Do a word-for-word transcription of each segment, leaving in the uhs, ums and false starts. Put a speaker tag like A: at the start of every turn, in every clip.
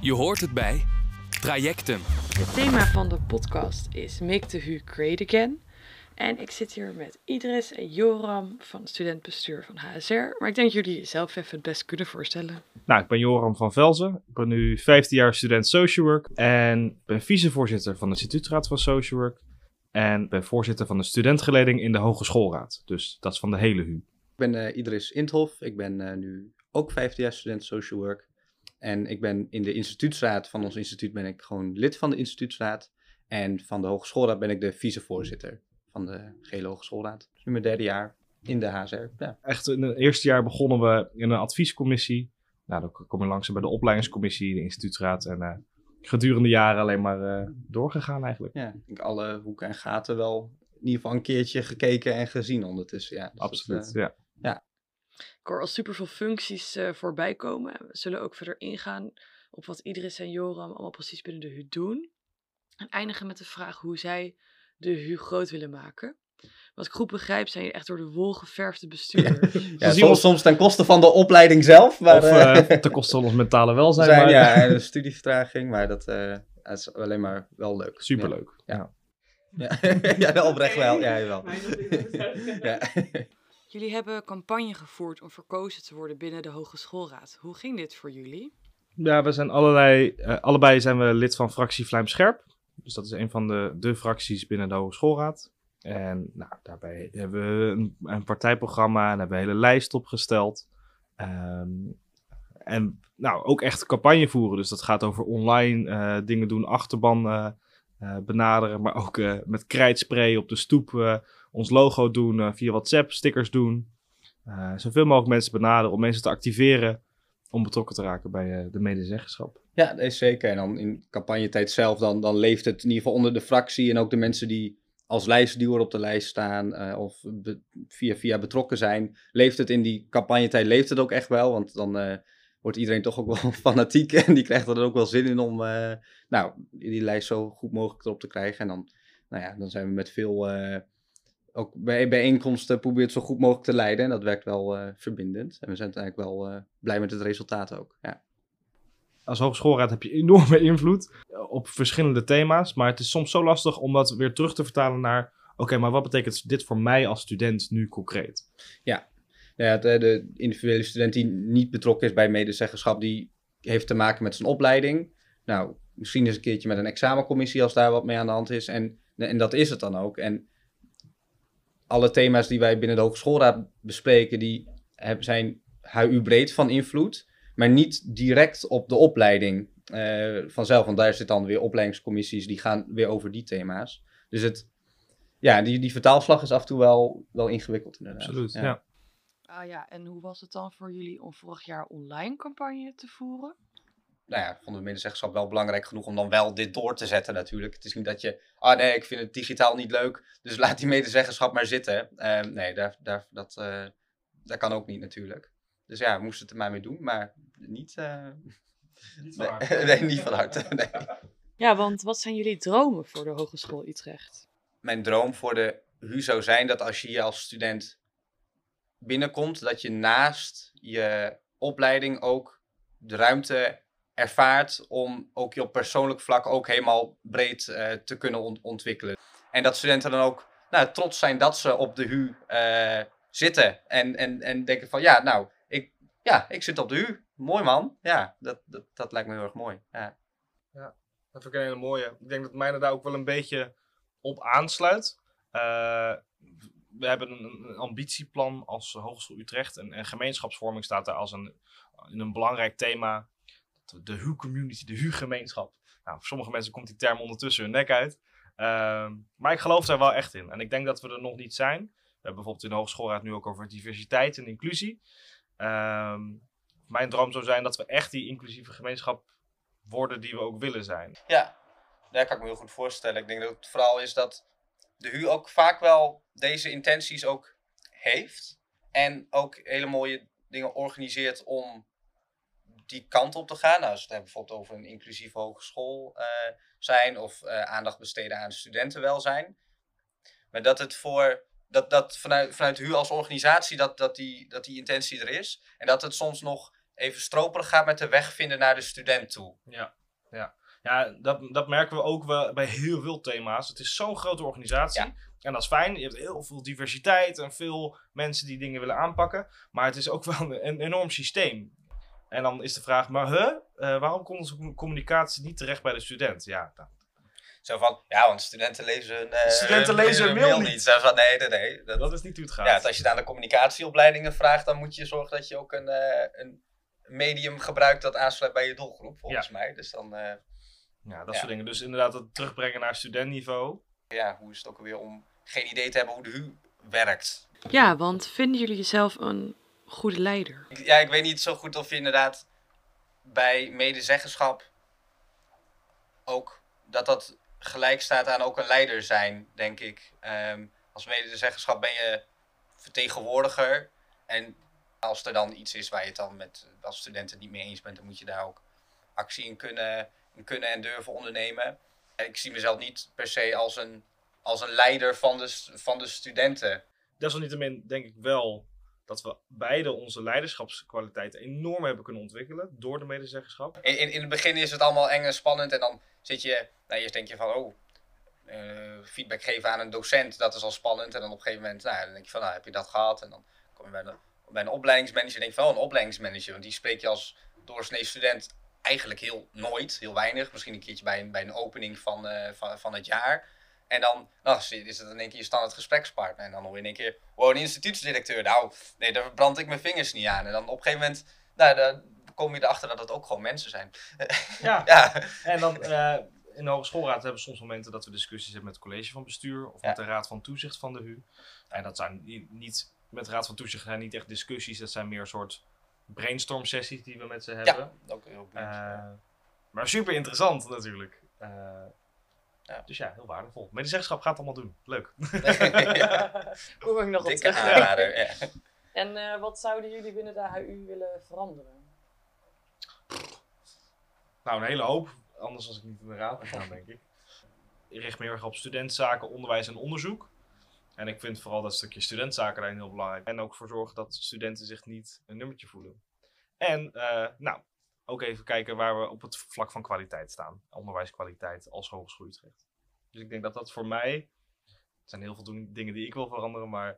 A: Je hoort het bij Trajecten.
B: Het thema van de podcast is Make the H U Great Again. En ik zit hier met Idris en Joram van studentbestuur van H S R. Maar ik denk dat jullie jezelf even het best kunnen voorstellen.
C: Nou, ik ben Joram van Velzen. Ik ben nu vijftien jaar student Social Work. En ben vicevoorzitter van de instituutsraad van Social Work. En ben voorzitter van de studentgeleding in de Hogeschoolraad. Dus dat is van de hele H U.
D: Ik ben uh, Idris Inthoff. Ik ben uh, nu ook vijftien jaar student Social Work. En ik ben in de instituutsraad van ons instituut ben ik gewoon lid van de instituutsraad. En van de Hogeschoolraad ben ik de vicevoorzitter van de gehele Hogeschoolraad. Dus nu mijn derde jaar in de H S R. Ja.
C: Echt in het eerste jaar begonnen we in een adviescommissie. Nou, dan kom je langzaam bij de opleidingscommissie, de instituutsraad. En uh, gedurende jaren alleen maar uh, doorgegaan eigenlijk.
D: Ja, ik denk alle hoeken en gaten wel in ieder geval een keertje gekeken en gezien ondertussen. Ja, dus
C: absoluut,
D: dat, uh,
C: ja.
D: ja.
B: Ik hoor al superveel functies uh, voorbij komen. We zullen ook verder ingaan op wat Idris en Joram allemaal precies binnen de H U doen. En eindigen met de vraag hoe zij de H U groot willen maken. Wat ik goed begrijp zijn je echt door de wol geverfde bestuurders.
D: Ja, ja, soms, soms ten koste van de opleiding zelf. Maar,
C: of uh, ten koste van ons mentale welzijn.
D: Zijn,
C: maar...
D: Ja, en de studievertraging. Maar dat, uh, dat is alleen maar wel leuk.
C: Superleuk.
D: Ja, ja. ja. ja oprecht wel. Ja, jawel. ja.
B: Jullie hebben campagne gevoerd om verkozen te worden binnen de Hogeschoolraad. Hoe ging dit voor jullie?
C: Ja, we zijn allerlei, uh, allebei zijn we lid van fractie Vlijm-Scherp. Dus dat is een van de, de fracties binnen de Hogeschoolraad. En nou, daarbij hebben we een, een partijprogramma en hebben we een hele lijst opgesteld. Um, en nou, ook echt campagne voeren. Dus dat gaat over online uh, dingen doen, achterban uh, uh, benaderen. Maar ook uh, met krijtspray op de stoep uh, ons logo doen, uh, via WhatsApp stickers doen. Uh, zoveel mogelijk mensen benaderen om mensen te activeren om betrokken te raken bij uh, de medezeggenschap.
D: Ja, dat is zeker. En dan in campagnetijd zelf, dan, dan leeft het in ieder geval onder de fractie en ook de mensen die als lijstduwer op de lijst staan uh, of be- via via betrokken zijn, leeft het in die campagnetijd, leeft het ook echt wel, want dan uh, wordt iedereen toch ook wel fanatiek en die krijgt er dan ook wel zin in om uh, nou, die lijst zo goed mogelijk erop te krijgen. En dan, nou ja, dan zijn we met veel uh, ook bij bijeenkomsten proberen het zo goed mogelijk te leiden en dat werkt wel uh, verbindend. En we zijn uiteindelijk wel uh, blij met het resultaat ook, ja.
C: Als hogeschoolraad heb je enorme invloed op verschillende thema's. Maar het is soms zo lastig om dat weer terug te vertalen naar... Oké, okay, maar wat betekent dit voor mij als student nu concreet?
D: Ja, ja de, de individuele student die niet betrokken is bij medezeggenschap... die heeft te maken met zijn opleiding. Nou, misschien eens een keertje met een examencommissie als daar wat mee aan de hand is. En, en dat is het dan ook. En alle thema's die wij binnen de Hogeschoolraad bespreken... die zijn H U-breed van invloed... maar niet direct op de opleiding uh, vanzelf. Want daar zitten dan weer opleidingscommissies die gaan weer over die thema's. Dus het, ja, die, die vertaalslag is af en toe wel, wel ingewikkeld inderdaad.
C: Absoluut, ja.
D: ja.
B: Ah ja, en hoe was het dan voor jullie om vorig jaar online campagne te voeren?
D: Nou ja, vonden we medezeggenschap wel belangrijk genoeg om dan wel dit door te zetten natuurlijk. Het is niet dat je, ah nee, ik vind het digitaal niet leuk, dus laat die medezeggenschap maar zitten. Uh, nee, daar, daar, dat, uh, dat kan ook niet natuurlijk. Dus ja, we moesten het er maar mee doen, maar niet, uh...
C: niet van harte.
D: Nee, nee, niet van harte. Nee.
B: Ja, want wat zijn jullie dromen voor de Hogeschool Utrecht?
D: Mijn droom voor de H U zou zijn dat als je hier als student binnenkomt, dat je naast je opleiding ook de ruimte ervaart om ook je op persoonlijk vlak ook helemaal breed uh, te kunnen ont- ontwikkelen. En dat studenten dan ook nou, trots zijn dat ze op de H U uh, zitten en, en, en denken van ja, nou, ik, ja, ik zit op de H U. Mooi man. Ja, dat, dat, dat lijkt me heel erg mooi. Ja.
C: Ja, dat vind ik een hele mooie. Ik denk dat mijne daar ook wel een beetje op aansluit. Uh, we hebben een, een ambitieplan als Hogeschool Utrecht en, en gemeenschapsvorming staat daar als een, in een belangrijk thema. De H U-community, de H U-gemeenschap. Nou, voor sommige mensen komt die term ondertussen hun nek uit. Uh, maar ik geloof daar wel echt in. En ik denk dat we er nog niet zijn. We hebben bijvoorbeeld in de Hogeschoolraad nu ook over diversiteit en inclusie. Um, mijn droom zou zijn dat we echt die inclusieve gemeenschap worden die we ook willen zijn.
D: Ja, daar kan ik me heel goed voorstellen. Ik denk dat het vooral is dat de H U ook vaak wel deze intenties ook heeft. En ook hele mooie dingen organiseert om die kant op te gaan. Nou, als we het hebben bijvoorbeeld over een inclusieve hogeschool uh, zijn of uh, aandacht besteden aan studentenwelzijn. Maar dat het voor dat, dat vanuit, vanuit de H U als organisatie dat, dat, die, dat die intentie er is. En dat het soms nog even stroperig gaat met de weg vinden naar de student toe.
C: Ja, ja. ja dat, dat merken we ook wel bij heel veel thema's. Het is zo'n grote organisatie.
D: Ja.
C: En dat is fijn. Je hebt heel veel diversiteit en veel mensen die dingen willen aanpakken. Maar het is ook wel een, een enorm systeem. En dan is de vraag, maar huh, uh, waarom komt onze communicatie niet terecht bij de student? Ja, nou.
D: Zo van, ja, want studenten lezen hun, uh,
C: studenten hun, lezen hun mail, mail niet.
D: niet. Zo van, nee, nee, nee.
C: Dat, dat is niet hoe het gaat.
D: Ja, als je het aan de communicatieopleidingen vraagt, dan moet je zorgen dat je ook een, uh, een medium gebruikt dat aansluit bij je doelgroep, volgens ja. mij. Dus dan... Uh,
C: ja, dat ja. soort dingen. Dus inderdaad het terugbrengen naar studentniveau.
D: Ja, hoe is het ook alweer om geen idee te hebben hoe de H U werkt?
B: Ja, want vinden jullie jezelf een goede leider?
D: Ja, ik weet niet zo goed of je inderdaad bij medezeggenschap ook dat dat gelijk staat aan ook een leider zijn, denk ik. Um, als medezeggenschap ben je vertegenwoordiger. En als er dan iets is waar je het dan met als studenten niet mee eens bent, dan moet je daar ook actie in kunnen, in kunnen en durven ondernemen. Ik zie mezelf niet per se als een, als een leider van de, van de studenten.
C: Desalniettemin denk ik wel dat we beide onze leiderschapskwaliteiten enorm hebben kunnen ontwikkelen door de medezeggenschap.
D: In, in, in het begin is het allemaal eng en spannend en dan zit je, nou eerst denk je van oh, uh, feedback geven aan een docent, dat is al spannend. En dan op een gegeven moment, nou, dan denk je van nou, heb je dat gehad? En dan kom je bij, de, bij een opleidingsmanager en denk je van oh, een opleidingsmanager, want die spreek je als doorsnee student eigenlijk heel nooit, heel weinig. Misschien een keertje bij een, bij een opening van, uh, van, van het jaar. En dan nou, is het in één keer je standaard gesprekspartner. En dan hoor je in één keer, wow, een instituutsdirecteur. Nou, nee, daar brand ik mijn vingers niet aan. En dan op een gegeven moment, nou, dan kom je erachter dat het ook gewoon mensen zijn.
C: Ja,
D: ja.
C: En dan uh, in de hogeschoolraad hebben we soms momenten dat we discussies hebben met het college van bestuur. Of ja. met de raad van toezicht van de H U. En dat zijn niet, met de raad van toezicht zijn niet echt discussies. Dat zijn meer een soort brainstorm sessies die we met ze hebben.
D: Ja, ook heel
C: uh, ja. Maar super interessant natuurlijk. Uh, Ja. Dus ja, heel waardevol. Medezeggenschap gaat allemaal doen. Leuk.
B: ja. Kom ik nog op terug.
D: Aanrader, ja.
B: En uh, wat zouden jullie binnen de H U willen veranderen?
C: Nou, een hele hoop. Anders als ik niet in de raad ga, denk ik. Ik richt me heel erg op studentzaken, onderwijs en onderzoek. En ik vind vooral dat stukje studentzaken daarin heel belangrijk. En ook voor zorgen dat studenten zich niet een nummertje voelen. En, uh, nou... ook even kijken waar we op het vlak van kwaliteit staan. Onderwijskwaliteit als Hogeschool Utrecht. Dus ik denk dat dat voor mij... Er zijn heel veel dingen die ik wil veranderen, maar...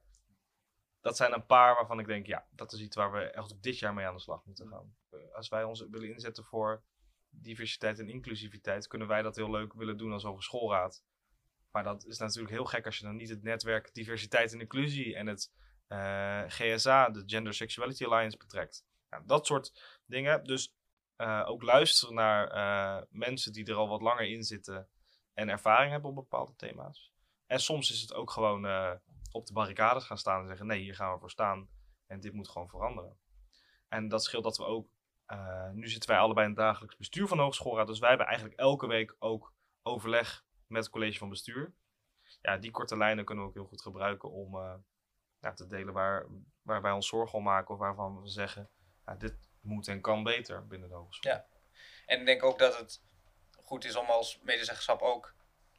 C: dat zijn een paar waarvan ik denk, ja, dat is iets waar we echt op dit jaar mee aan de slag moeten gaan. Als wij ons willen inzetten voor diversiteit en inclusiviteit, kunnen wij dat heel leuk willen doen als Hogeschoolraad. Maar dat is natuurlijk heel gek als je dan niet het netwerk diversiteit en inclusie en het uh, G S A, de Gender Sexuality Alliance, betrekt. Ja, dat soort dingen. Dus uh, ook luisteren naar uh, mensen die er al wat langer in zitten en ervaring hebben op bepaalde thema's. En soms is het ook gewoon uh, op de barricades gaan staan en zeggen, nee, hier gaan we voor staan en dit moet gewoon veranderen. En dat scheelt dat we ook, uh, nu zitten wij allebei in het dagelijks bestuur van de Hogeschoolraad, dus wij hebben eigenlijk elke week ook overleg met het college van bestuur. Ja, die korte lijnen kunnen we ook heel goed gebruiken om uh, ja, te delen waar, waar wij ons zorgen om maken of waarvan we zeggen, ja, dit moet en kan beter binnen de hogeschool.
D: Ja, en ik denk ook dat het goed is om als medezeggenschap ook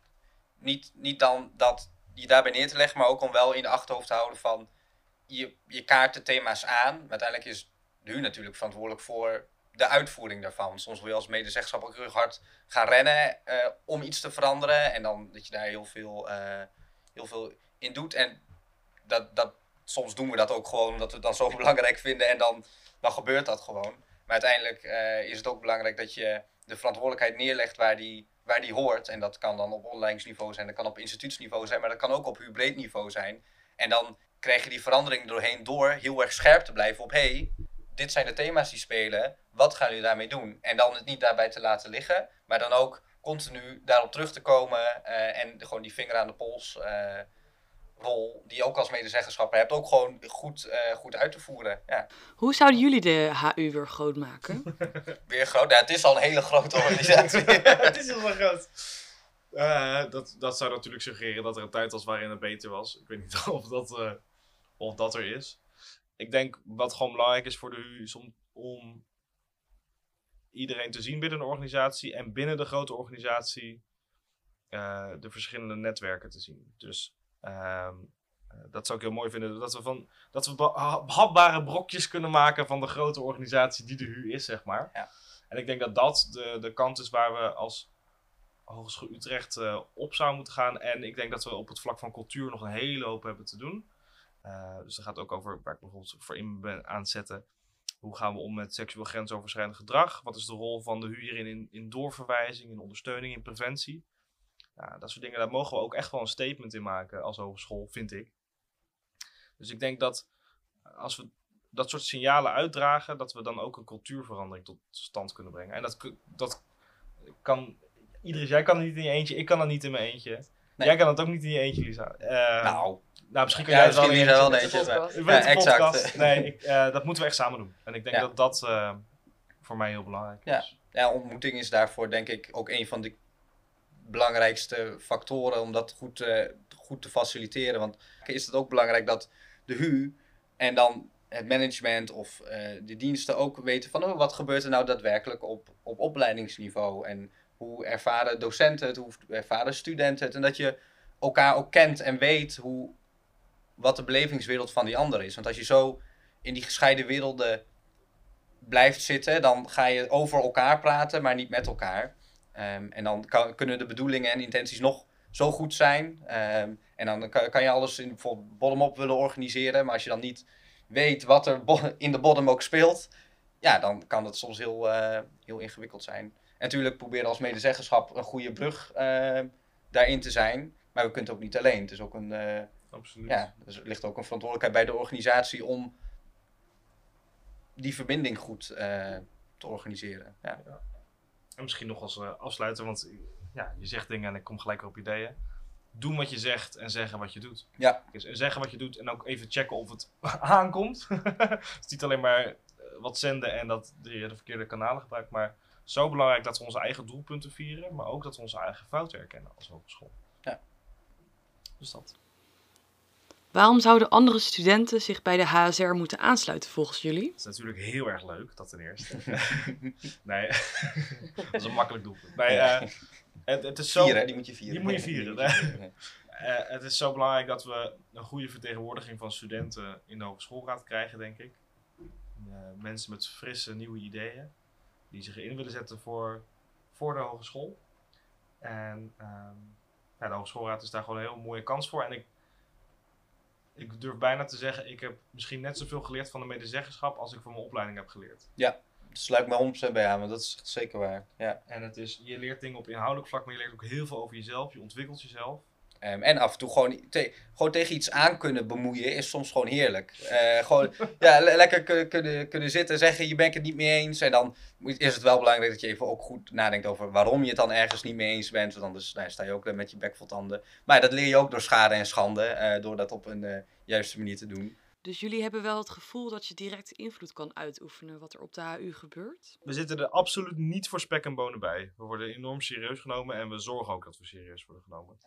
D: niet, niet dan dat je daarbij neer te leggen, maar ook om wel in de achterhoofd te houden van je, je kaart de thema's aan. Maar uiteindelijk is de H U natuurlijk verantwoordelijk voor de uitvoering daarvan. Soms wil je als medezeggenschap ook heel hard gaan rennen uh, om iets te veranderen. En dan dat je daar heel veel, uh, heel veel in doet. En dat, dat, soms doen we dat ook gewoon omdat we het dan zo belangrijk vinden. En dan, dan gebeurt dat gewoon. Maar uiteindelijk uh, is het ook belangrijk dat je de verantwoordelijkheid neerlegt waar die, waar die hoort. En dat kan dan op opleidingsniveau zijn, dat kan op instituutsniveau zijn. Maar dat kan ook op H U-breed niveau zijn. En dan krijg je die verandering doorheen door heel erg scherp te blijven op hey, dit zijn de thema's die spelen, wat gaan jullie daarmee doen? En dan het niet daarbij te laten liggen, maar dan ook continu daarop terug te komen uh, en gewoon die vinger aan de pols uh, rol die je ook als medezeggenschapper hebt, ook gewoon goed, uh, goed uit te voeren. Ja.
B: Hoe zouden jullie de H U weer groot maken?
D: Weer groot? Nou, het is al een hele grote organisatie.
C: Het is al wel groot. Uh, dat, dat zou natuurlijk suggereren dat er een tijd was waarin het beter was. Ik weet niet of dat, uh, of dat er is. Ik denk wat gewoon belangrijk is voor de H U is om, om iedereen te zien binnen de organisatie en binnen de grote organisatie uh, de verschillende netwerken te zien. Dus uh, dat zou ik heel mooi vinden. Dat we, van, dat we behapbare brokjes kunnen maken van de grote organisatie die de H U is, zeg maar.
D: Ja.
C: En ik denk dat dat de, de kant is waar we als Hogeschool Utrecht uh, op zouden moeten gaan. En ik denk dat we op het vlak van cultuur nog een hele hoop hebben te doen. Uh, dus dat gaat ook over, waar ik bijvoorbeeld voor in ben aanzetten. Hoe gaan we om met seksueel grensoverschrijdend gedrag? Wat is de rol van de H U hierin in, in doorverwijzing, in ondersteuning, in preventie? Ja, dat soort dingen, daar mogen we ook echt wel een statement in maken als hogeschool, vind ik. Dus ik denk dat als we dat soort signalen uitdragen, dat we dan ook een cultuurverandering tot stand kunnen brengen. En dat, dat kan, Idris, jij kan het niet in je eentje, ik kan het niet in mijn eentje. Nee. Jij kan het ook niet in je eentje, Lisa. Uh,
D: nou,
C: nou, misschien kan
D: ja,
C: jij het wel in je
D: wel
C: eentje.
D: eentje.
C: Ja, ja, exact. Nee, ik, uh, dat moeten we echt samen doen. En ik denk ja. dat dat uh, voor mij heel belangrijk
D: ja.
C: is.
D: Ja, ontmoeting is daarvoor denk ik ook een van de belangrijkste factoren om dat goed, uh, goed te faciliteren. Want is het ook belangrijk dat de H U en dan het management of uh, de diensten ook weten van oh, wat gebeurt er nou daadwerkelijk op, op opleidingsniveau en hoe ervaren docenten het, hoe ervaren studenten het en dat je elkaar ook kent en weet hoe, wat de belevingswereld van die ander is. Want als je zo in die gescheiden werelden blijft zitten, dan ga je over elkaar praten, maar niet met elkaar. Um, en dan kan, kunnen de bedoelingen en intenties nog zo goed zijn. Um, en dan kan, kan je alles in bijvoorbeeld bottom-up willen organiseren. Maar als je dan niet weet wat er bo- in de bottom ook speelt, ja, dan kan het soms heel, uh, heel ingewikkeld zijn. En natuurlijk proberen als medezeggenschap een goede brug uh, daarin te zijn. Maar we kunnen het ook niet alleen. Het is ook een, uh,
C: Absoluut.
D: Ja, dus er ligt ook een verantwoordelijkheid bij de organisatie om die verbinding goed uh, te organiseren. Ja.
C: Ja. En misschien nog als uh, afsluiter, want ja, je zegt dingen en ik kom gelijk op ideeën. Doen wat je zegt en zeggen wat je doet.
D: Ja.
C: Dus zeggen wat je doet en ook even checken of het aankomt. Dus niet alleen maar wat zenden en dat je de verkeerde kanalen gebruikt, maar zo belangrijk dat we onze eigen doelpunten vieren, maar ook dat we onze eigen fouten erkennen als hogeschool.
D: Ja.
C: Dus dat.
B: Waarom zouden andere studenten zich bij de H S R moeten aansluiten volgens jullie?
C: Dat is natuurlijk heel erg leuk, dat ten eerste. Nee, dat is een makkelijk doelpunt. Nee, uh, het, het is zo...
D: Vieren, die moet je vieren.
C: Die moet je vieren. Nee. Uh, het is zo belangrijk dat we een goede vertegenwoordiging van studenten in de hogeschoolraad krijgen, denk ik. Uh, mensen met frisse, nieuwe ideeën, die zich in willen zetten voor, voor de hogeschool. En um, ja, de hogeschoolraad is daar gewoon een heel mooie kans voor. En ik Ik durf bijna te zeggen, ik heb misschien net zoveel geleerd van de medezeggenschap als ik van mijn opleiding heb geleerd.
D: Ja, dat sluit me honderd procent bij aan, maar dat is zeker waar. Ja.
C: En het is, je leert dingen op inhoudelijk vlak, maar je leert ook heel veel over jezelf. Je ontwikkelt jezelf.
D: Um, en af en toe gewoon, te, gewoon tegen iets aan kunnen bemoeien is soms gewoon heerlijk. Uh, gewoon ja, le- lekker kunnen, kunnen, kunnen zitten, zeggen je bent het niet mee eens. En dan is het wel belangrijk dat je even ook goed nadenkt over waarom je het dan ergens niet mee eens bent. Want anders nou, sta je ook met je bek vol tanden. Maar dat leer je ook door schade en schande, uh, door dat op een uh, juiste manier te doen.
B: Dus jullie hebben wel het gevoel dat je direct invloed kan uitoefenen wat er op de H U gebeurt?
C: We zitten er absoluut niet voor spek en bonen bij. We worden enorm serieus genomen en we zorgen ook dat we serieus worden genomen.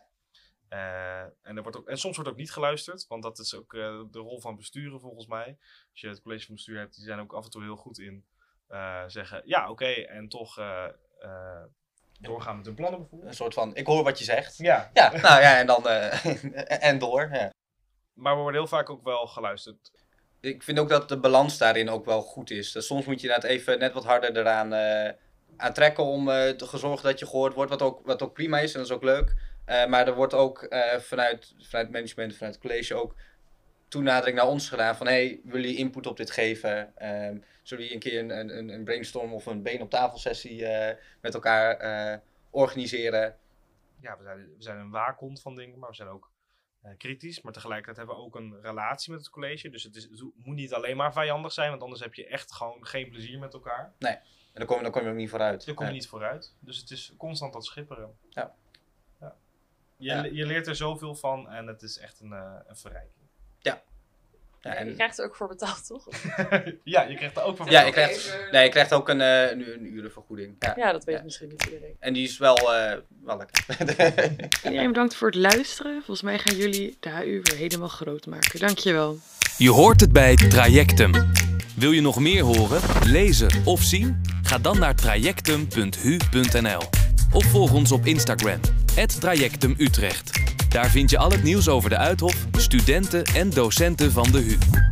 C: Uh, en, er wordt ook, en soms wordt ook niet geluisterd, want dat is ook uh, de rol van besturen volgens mij. Als je het college van bestuur hebt, die zijn ook af en toe heel goed in uh, zeggen ja oké okay, en toch uh, uh, doorgaan met hun plannen bijvoorbeeld.
D: Een soort van, ik hoor wat je zegt.
C: Ja.
D: Ja, nou ja, en dan uh, en door. Ja.
C: Maar we worden heel vaak ook wel geluisterd.
D: Ik vind ook dat de balans daarin ook wel goed is. Dus soms moet je inderdaad even net wat harder eraan uh, aan trekken om uh, te zorgen dat je gehoord wordt, wat ook, wat ook prima is en dat is ook leuk. Uh, maar er wordt ook uh, vanuit, vanuit management, vanuit het college ook toenadering naar ons gedaan van hey, willen jullie input op dit geven? Um, zullen we een keer een, een, een brainstorm of een been op tafel sessie uh, met elkaar uh, organiseren?
C: Ja, we zijn, we zijn een waakhond van dingen, maar we zijn ook uh, kritisch. Maar tegelijkertijd hebben we ook een relatie met het college. Dus het, is, het moet niet alleen maar vijandig zijn, want anders heb je echt gewoon geen plezier met elkaar.
D: Nee, en dan kom je, dan kom je ook niet vooruit.
C: Dan kom je
D: ja.
C: niet vooruit. Dus het is constant dat schipperen.
D: Ja.
C: Ja. Je,
D: Ja.
C: je leert er zoveel van en het is echt een, uh, een verrijking.
D: Ja. Ja, en...
E: Je krijgt er ook voor betaald, toch?
C: Ja, je krijgt er ook voor
D: Ja, je
C: betaald.
D: krijgt, nee, je krijgt ook een, uh, een, een urenvergoeding. Ja.
E: Ja, dat weet
D: Ja.
E: misschien niet iedereen.
D: En die is wel, uh, wel lekker.
B: Iedereen bedankt voor het luisteren. Volgens mij gaan jullie de H U weer helemaal groot maken. Dankjewel.
A: Je hoort het bij Trajectum. Wil je nog meer horen, lezen of zien? Ga dan naar trajectum punt h u punt n l of volg ons op Instagram, at Trajectum Utrecht. Daar vind je al het nieuws over de Uithof, studenten en docenten van de H U.